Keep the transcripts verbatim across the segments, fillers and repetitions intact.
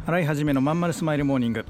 洗い始めのまんまるスマイルモーニング。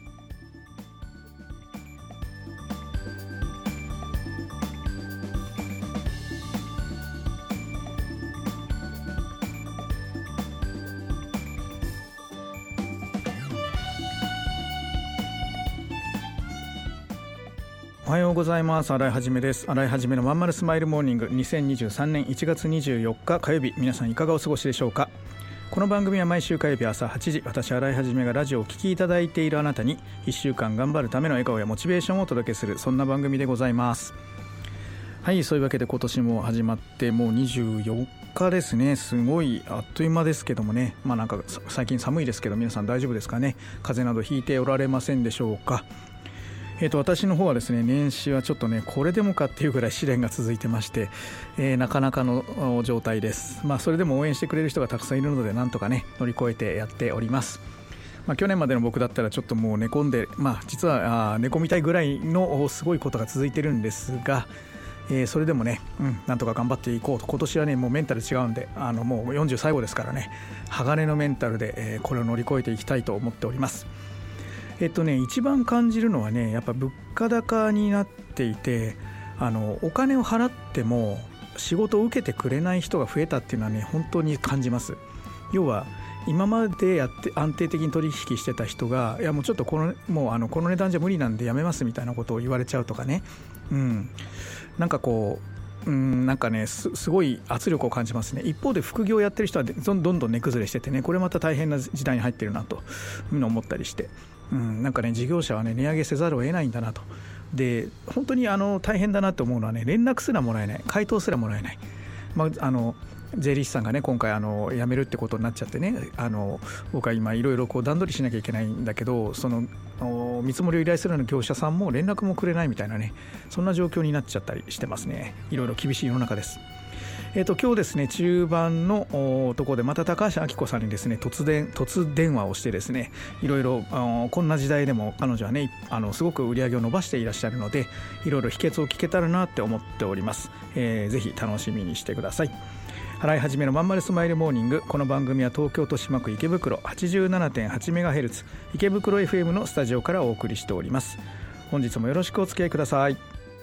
おはようございます。洗いはじめです。洗いはじめのまんまるスマイルモーニング、にせんにじゅうさんねんいちがつにじゅうよっか火曜日、皆さんいかがお過ごしでしょうか。この番組は毎週火曜日朝はちじ、私洗いはじめがラジオを聴きいただいているあなたにいっしゅうかん頑張るための笑顔やモチベーションをお届けする、そんな番組でございます。はい、そういうわけで今年も始まってもうにじゅうよっかですね。すごいあっという間ですけどもね、まあなんか最近寒いですけど、皆さん大丈夫ですかね。風邪などひいておられませんでしょうか。えー、と私の方はですね、年始はちょっとね、これでもかっていうぐらい試練が続いてまして、えー、なかなかの状態です。まあそれでも応援してくれる人がたくさんいるので、なんとかね乗り越えてやっております。まあ、去年までの僕だったらちょっともう寝込んで、まあ実はあ寝込みたいぐらいのすごいことが続いてるんですが、えー、それでもね、うん、なんとか頑張っていこうと。今年はね、もうメンタル違うんで、あのもうよんじゅう最後ですからね、鋼のメンタルで、えー、これを乗り越えていきたいと思っております。えっとね、一番感じるのはね、やっぱ物価高になっていて、あのお金を払っても仕事を受けてくれない人が増えたっていうのはね、本当に感じます。要は今までやって安定的に取引してた人が、いやもうちょっとこのもうあのこの値段じゃ無理なんでやめますみたいなことを言われちゃうとかね、うん、なんかこううんなんかね す, すごい圧力を感じますね。一方で副業をやってる人はどんどんどん値崩れしててね、これまた大変な時代に入ってるなというのを思ったりして、うん、なんかね事業者はね値上げせざるを得ないんだなと。で本当にあの大変だなと思うのはね、連絡すらもらえない、回答すらもらえない。まあ、あの税理士さんがね今回あの辞めるってことになっちゃってね、あの僕は今いろいろこう段取りしなきゃいけないんだけど、その見積もりを依頼するような業者さんも連絡もくれないみたいなね、そんな状況になっちゃったりしてますね。いろいろ厳しい世の中です。えー、と今日ですね、中盤のところでまた高橋明子さんにですね突然突電話をしてですね、いろいろこんな時代でも彼女はねあのすごく売り上げを伸ばしていらっしゃるので、いろいろ秘訣を聞けたらなって思っております。えー、ぜひ楽しみにしてください。洗い始めのまんまるスマイルモーニング。この番組は東京豊島区池袋 はちじゅうななてんはちメガヘルツ 池袋 エフエム のスタジオからお送りしております。本日もよろしくお付き合いください。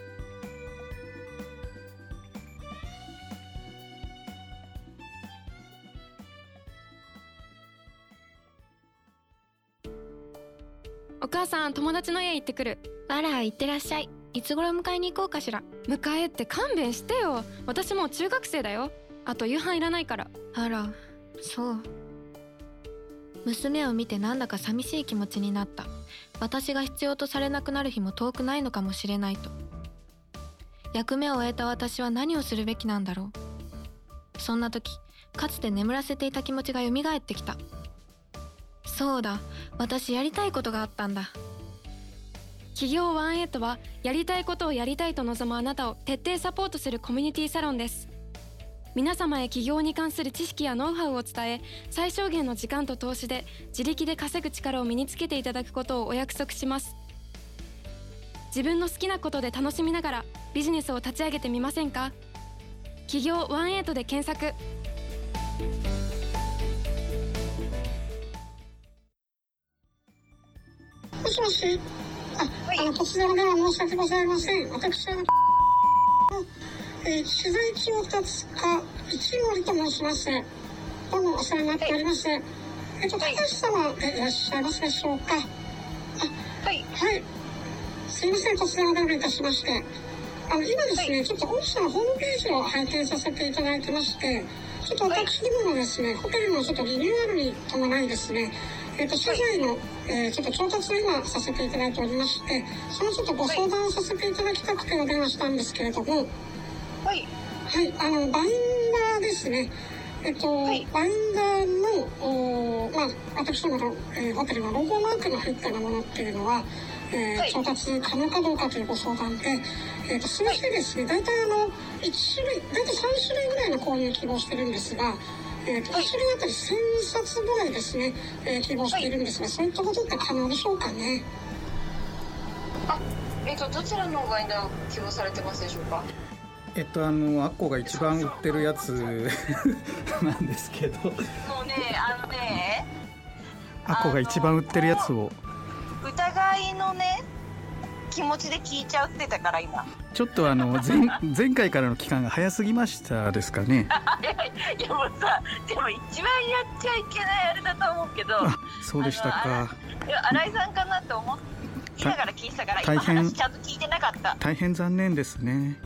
お母さん、友達の家行ってくる。 あら、行ってらっしゃい。いつ頃迎えに行こうかしら。 迎えって勘弁してよ。私もう中学生だよ。あと夕飯いらないから。 あら、そう。娘を見てなんだか寂しい気持ちになった。私が必要とされなくなる日も遠くないのかもしれないと。役目を終えた私は何をするべきなんだろう。そんな時、かつて眠らせていた気持ちが蘇ってきた。そうだ、私やりたいことがあったんだ。 企業ワンエイトはやりたいことをやりたいと望むあなたを徹底サポートするコミュニティサロンです。皆様へ起業に関する知識やノウハウを伝え、最小限の時間と投資で自力で稼ぐ力を身につけていただくことをお約束します。自分の好きなことで楽しみながらビジネスを立ち上げてみませんか。起業ワンエイトで検索。 もしもし、あ、あの突然お電話申し訳ございません。私はえー、取材調達課一森と申します。どうもお世話になっております。えっと高橋様でいらっしゃいますでしょうか。あ、はい、はい。すいません、突然お電話いたしまして、あの今ですね、ちょっと御社のホームページを拝見させていただいてまして、ちょっと私どものですね、ホテルのちょっとリニューアルに伴いですね、えっと資材の、えー、ちょっと調達を今させていただいておりまして、そのちょっとご相談をさせていただきたくてお電話したんですけれども、はい、はい、あのバインダーですね。えっと、はい、バインダーの、まあ、私どもの、えー、ホテルのロゴマークが入ったようなものっていうのは、えーはい、調達可能かどうかというご相談で、えー、とその日ですね、大体あのいち種類、大体さん種類ぐらいの購入希望してるんですが、えー、といち種類あたりせんさつぐらいですね、えー、希望しているんですが、はい、そういったことって可能でしょうかね。 あ、えっとどちらのバインダーを希望されてますでしょうか。 えっとあのアッコが一番売ってるやつなんですけど、 もうね、あのね、 アコが一番売ってるやつを疑いのね気持ちで聞いちゃってたから今ちょっとあの 前, 前回からの期間が早すぎましたですかね。 いやもうさでも一番やっちゃいけないあれだと思うけど、 あそうでしたか。 いや新井さんかなと思っていながら聞いてたから大変今話ちゃんと聞いてなかった。 大変残念ですね。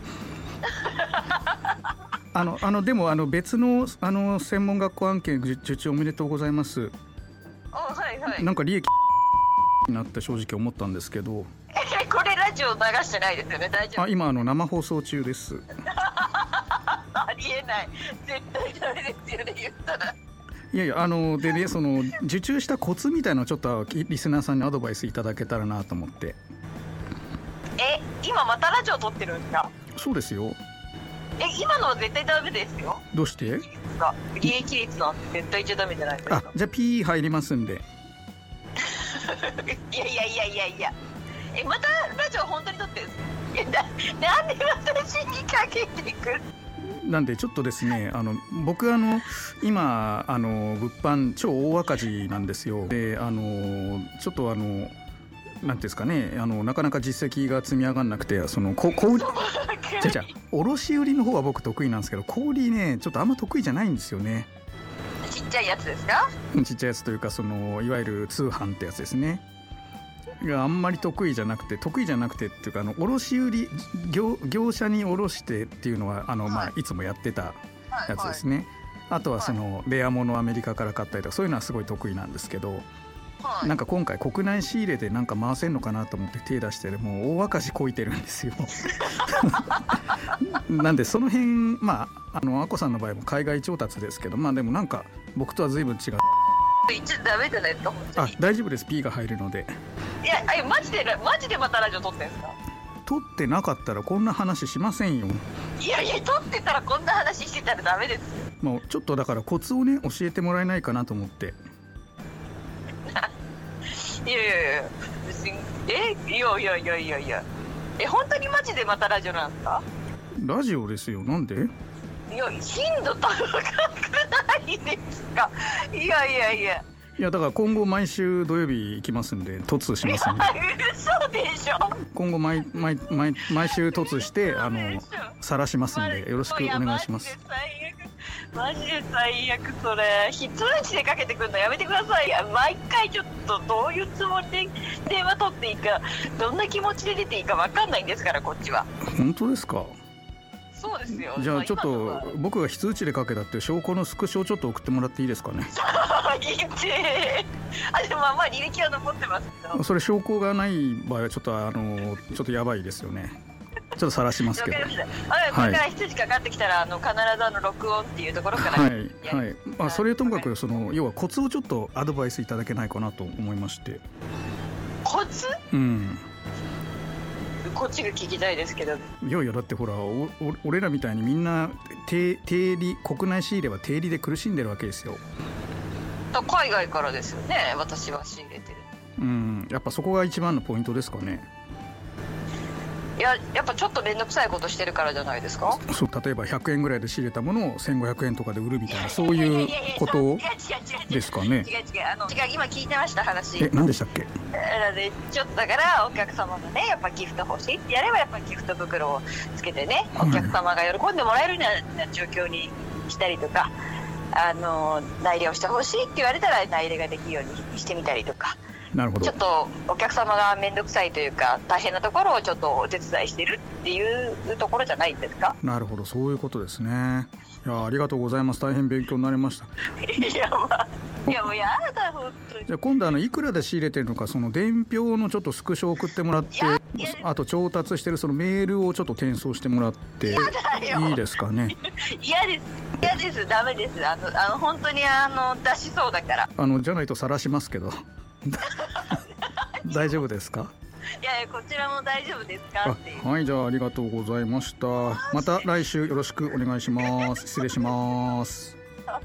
あのあのでもあの別のあの専門学校案件受注おめでとうございます。 おはいはい。 なんか利益になって正直思ったんですけど。 えこれラジオ流してないですよね。大丈夫。 あ今あの生放送中です。 ありえない絶対ダメですよね言ったら。 いやいやあのでねその受注したコツみたいなのをちょっとリスナーさんにアドバイスいただけたらなと思って。 え今またラジオ撮ってるんですか。 そうですよ。 え今のは絶対ダメですよ。 どうして？ 利益率なんて絶対言っちゃダメじゃないですか。 あじゃあ P 入りますんで。 いやいやいやいやいやえまたラジオ本当に撮ってるんですか。いやななんで私にかけてくる。 なんでちょっとですねあの僕あの今あの物販超大赤字なんですよ。であのちょっとあのなんていうんですかねあのなかなか実績が積み上がんなくてそのこ小売じゃじゃ卸売の方は僕得意なんですけど小売ねちょっとあんま得意じゃないんですよね。 ちっちゃいやつですか。 ちっちゃいやつというかそのいわゆる通販ってやつですねがあんまり得意じゃなくて得意じゃなくてっていうかあの卸売 業, 業者に卸してっていうのはあの、はいまあ、いつもやってたやつですね、はいはい、あとはそのレア物をアメリカから買ったりとかそういうのはすごい得意なんですけど、はい、なんか今回国内仕入れでなんか回せんのかなと思って手出してもう大赤字こいてるんですよなんでその辺まああのアコさんの場合も海外調達ですけどまあでもなんか僕とは随分違う。 言っちゃダメじゃないですか本当に。 あ大丈夫です P が入るので。 いやあマジでマジでまたラジオ撮ってんすか。 撮ってなかったらこんな話しませんよ。 いやいや撮ってたらこんな話してたらダメですよ。 もうちょっとだからコツをね教えてもらえないかなと思って。 いやいやいや別にえいやいやいやいやいやえ本当にマジでまたラジオなんですか。 ラジオですよ。なんで。 いや頻度高くないですか。いやいやいやいやだから今後毎週土曜日行きますんで突しますんで。 嘘でしょ。 今後 毎, 毎, 毎, 毎週突してあの晒しますんでよろしくお願いします。 マジで最悪それ非通知でかけてくるのやめてください。いや毎回ちょっとどういうつもりで電話取っていいかどんな気持ちで出ていいか分かんないんですからこっちは。 本当ですか。 そうですよ。 じゃあちょっと僕が非通知でかけたって証拠のスクショをちょっと送ってもらっていいですかね。 いいってあでもまあ履歴は残ってますけどそれ証拠がない場合はちょっとあのちょっとやばいですよね。ちょっと晒しますけど。 あこれから羊かかってきたらあの必ずあの録音っていうところからはいはい、まあ、それともかくその要はコツをちょっとアドバイスいただけないかなと思いまして。 コツ。 うんこっちが聞きたいですけど。 いやいやだってほらおお俺らみたいにみんな定定利国内仕入れは定利で苦しんでるわけですよ。 海外からですよね私は仕入れてる。 うんやっぱそこが一番のポイントですかね。 いややっぱちょっと面倒くさいことしてるからじゃないですか。 そう例えばひゃくえんぐらいで仕入れたものをせんごひゃくえんとかで売るみたいなそういうことですかね。違う違う違うあの違う今聞いてました話。 え何でしたっけ。 ちょっとだからお客様がねやっぱギフト欲しいってやればやっぱギフト袋をつけてねお客様が喜んでもらえるような状況にしたりとかあの内入れをしてほしいって言われたら内入れができるようにしてみたりとか。 なるほど。 ちょっとお客様が面倒くさいというか大変なところをちょっとお手伝いしてるっていうところじゃないんですか。 なるほどそういうことですね。いやありがとうございます。大変勉強になりました。 いやまあいやもうやだ本当に。 じゃあ今度あのいくらで仕入れてるのかその伝票のちょっとスクショを送ってもらってあと調達してるそのメールをちょっと転送してもらっていいですかね。 嫌です嫌ですダメです。あのあの本当にあの出しそうだからあのじゃないと晒しますけど大丈夫ですか。 いやいやこちらも大丈夫ですかっていう。 はいじゃあありがとうございました。また来週よろしくお願いします。失礼します。はい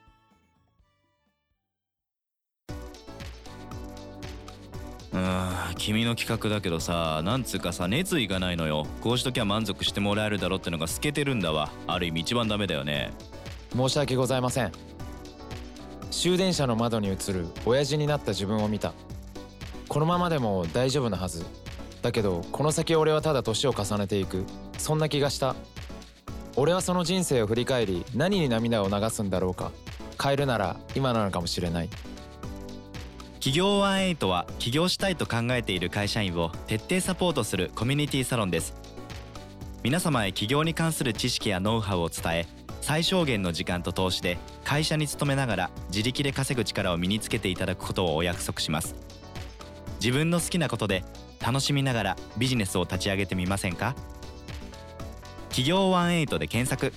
あ君の企画だけどさ、なんつうかさ、熱意がないのよ。こうしときゃ満足してもらえるだろってのが透けてるんだわ。ある意味一番ダメだよね。 申し訳ございません。終電車の窓に映る親父になった自分を見た。このままでも大丈夫なはずだけど、この先俺はただ年を重ねていく、そんな気がした。俺はその人生を振り返り、何に涙を流すんだろうか。変えるなら今なのかもしれない。 企業じゅうはちは起業したいと考えている会社員を徹底サポートするコミュニティサロンです。皆様へ起業に関する知識やノウハウを伝え、最小限の時間と投資で会社に勤めながら自力で稼ぐ力を身につけていただくことをお約束します。自分の好きなことで楽しみながらビジネスを立ち上げてみませんか。企業じゅうはちで検索。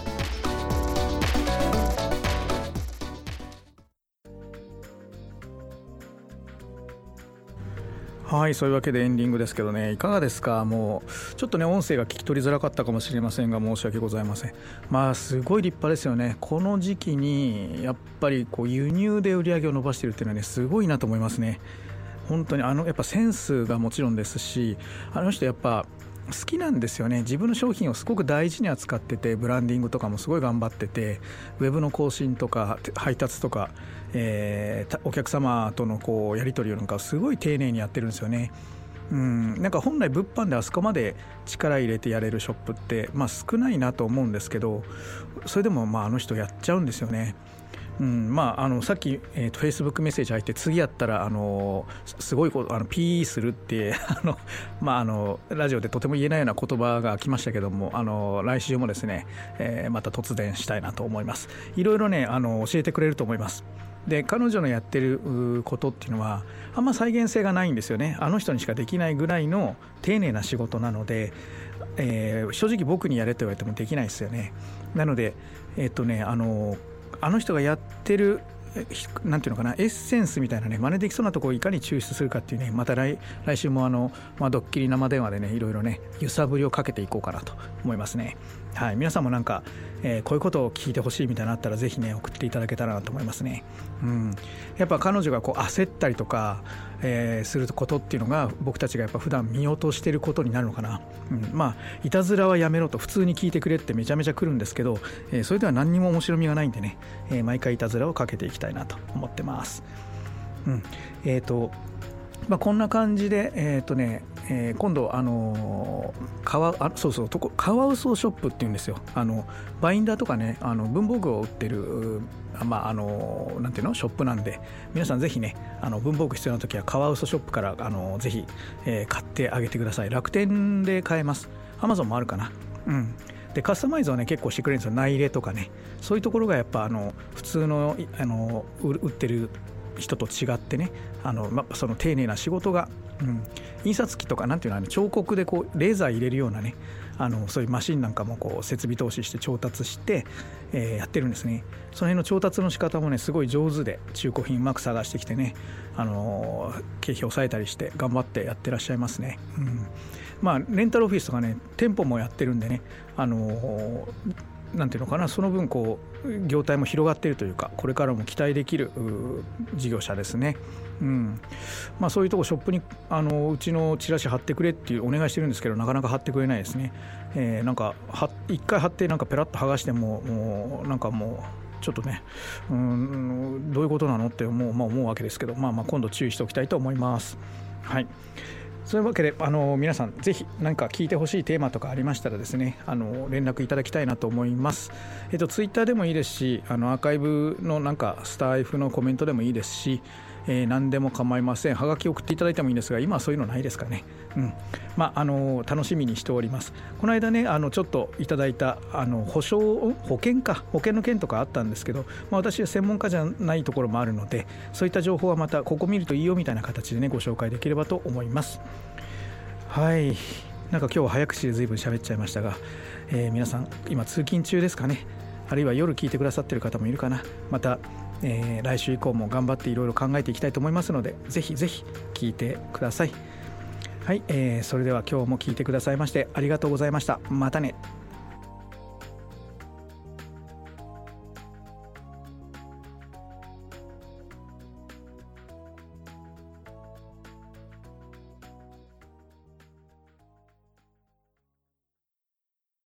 はい、そういうわけでエンディングですけどね、いかがですか。もうちょっとね音声が聞き取りづらかったかもしれませんが、申し訳ございません。まあすごい立派ですよね。この時期にやっぱりこう輸入で売り上げを伸ばしているっていうのはね、すごいなと思いますね。本当にあのやっぱセンスがもちろんですし、あの人やっぱ好きなんですよね。自分の商品をすごく大事に扱ってて、ブランディングとかもすごい頑張ってて、ウェブの更新とか配達とか、えー、お客様とのこうやり取りなんかすごい丁寧にやってるんですよね。うん、なんか本来物販であそこまで力入れてやれるショップって、まあ、少ないなと思うんですけど、それでもまああの人やっちゃうんですよね。うん、まあ、あのさっき、えー、と Facebook メッセージ入って、次やったらあのすごいことあの ピー するってあの、まあ、あのラジオでとても言えないような言葉が来ましたけども、あの来週もですね、えー、また突然したいなと思います。いろいろねあの教えてくれると思います。で彼女のやってることっていうのはあんま再現性がないんですよね。あの人にしかできないぐらいの丁寧な仕事なので、えー、正直僕にやれと言われてもできないですよね。なのでえっとねあのあの人がやってるなんていうのかな、エッセンスみたいなね、真似できそうなところをいかに抽出するかっていうね、また 来, 来週もあの、まあ、ドッキリ生電話でねいろいろね揺さぶりをかけていこうかなと思いますね。はい、皆さんもなんか、えー、こういうことを聞いてほしいみたいなのあったらぜひね送っていただけたらなと思いますね。うん、やっぱ彼女がこう焦ったりとか、えー、することっていうのが僕たちがやっぱ普段見落としていることになるのかな。うん、まあいたずらはやめろと普通に聞いてくれってめちゃめちゃ来るんですけど、えー、それでは何にも面白みがないんでね、えー、毎回いたずらをかけていきたいなと思ってます。うん、えーとまあ、こんな感じで、えーとねえー、今度、あのー、カワあそうそうとこカワウソショップっていうんですよ。あのバインダーとかね、あの文房具を売ってる、まああのなんていうのショップなんで、皆さんぜひねあの文房具必要な時はカワウソショップから、あのぜひ、えー、買ってあげてください。楽天で買えます。アマゾンもあるかな。うんでカスタマイズをね結構してくれるんですよ。内入れとかね、そういうところがやっぱあの普通のあの売ってる人と違ってね、あの、ま、その丁寧な仕事が、うん、印刷機とかなんていうの、ね、彫刻でこうレーザー入れるようなね、あのそういうマシンなんかもこう設備投資して調達して、えー、やってるんですね。その辺の調達の仕方もねすごい上手で、中古品うまく探してきてね、あの経費を抑えたりして頑張ってやってらっしゃいますね。うんまあ、レンタルオフィスとかね店舗もやってるんでね、あのなんていうのかな、その分こう業態も広がっているというか、これからも期待できる事業者ですね。うんまあ、そういうとこショップにあのうちのチラシ貼ってくれっていうお願いしてるんですけど、なかなか貼ってくれないですね。えー、なんか一回貼ってなんかペラッと剥がしてももうなんかもうちょっとね、うーんどういうことなのって思う、まあ、思うわけですけど、まあ、まあ今度注意しておきたいと思います。はい、そういうわけであの皆さんぜひ何か聞いてほしいテーマとかありましたらですね、あの連絡いただきたいなと思います。えっとツイッターでもいいですし、あのアーカイブのなんかスタイフのコメントでもいいですし、えー、何でも構いません。はがき送っていただいてもいいんですが、今はそういうのないですかね。うんまあ、あの楽しみにしております。この間ねあのちょっといただいたあの保証保険か保険の件とかあったんですけど、まあ、私は専門家じゃないところもあるので、そういった情報はまたここ見るといいよみたいな形でねご紹介できればと思います。はい、なんか今日は早口で随分喋っちゃいましたが、えー、皆さん今通勤中ですかね、あるいは夜聞いてくださっている方もいるかな。また、えー、来週以降も頑張っていろいろ考えていきたいと思いますので、ぜひぜひ聞いてください。はい、えー、それでは今日も聞いてくださいましてありがとうございました。またね。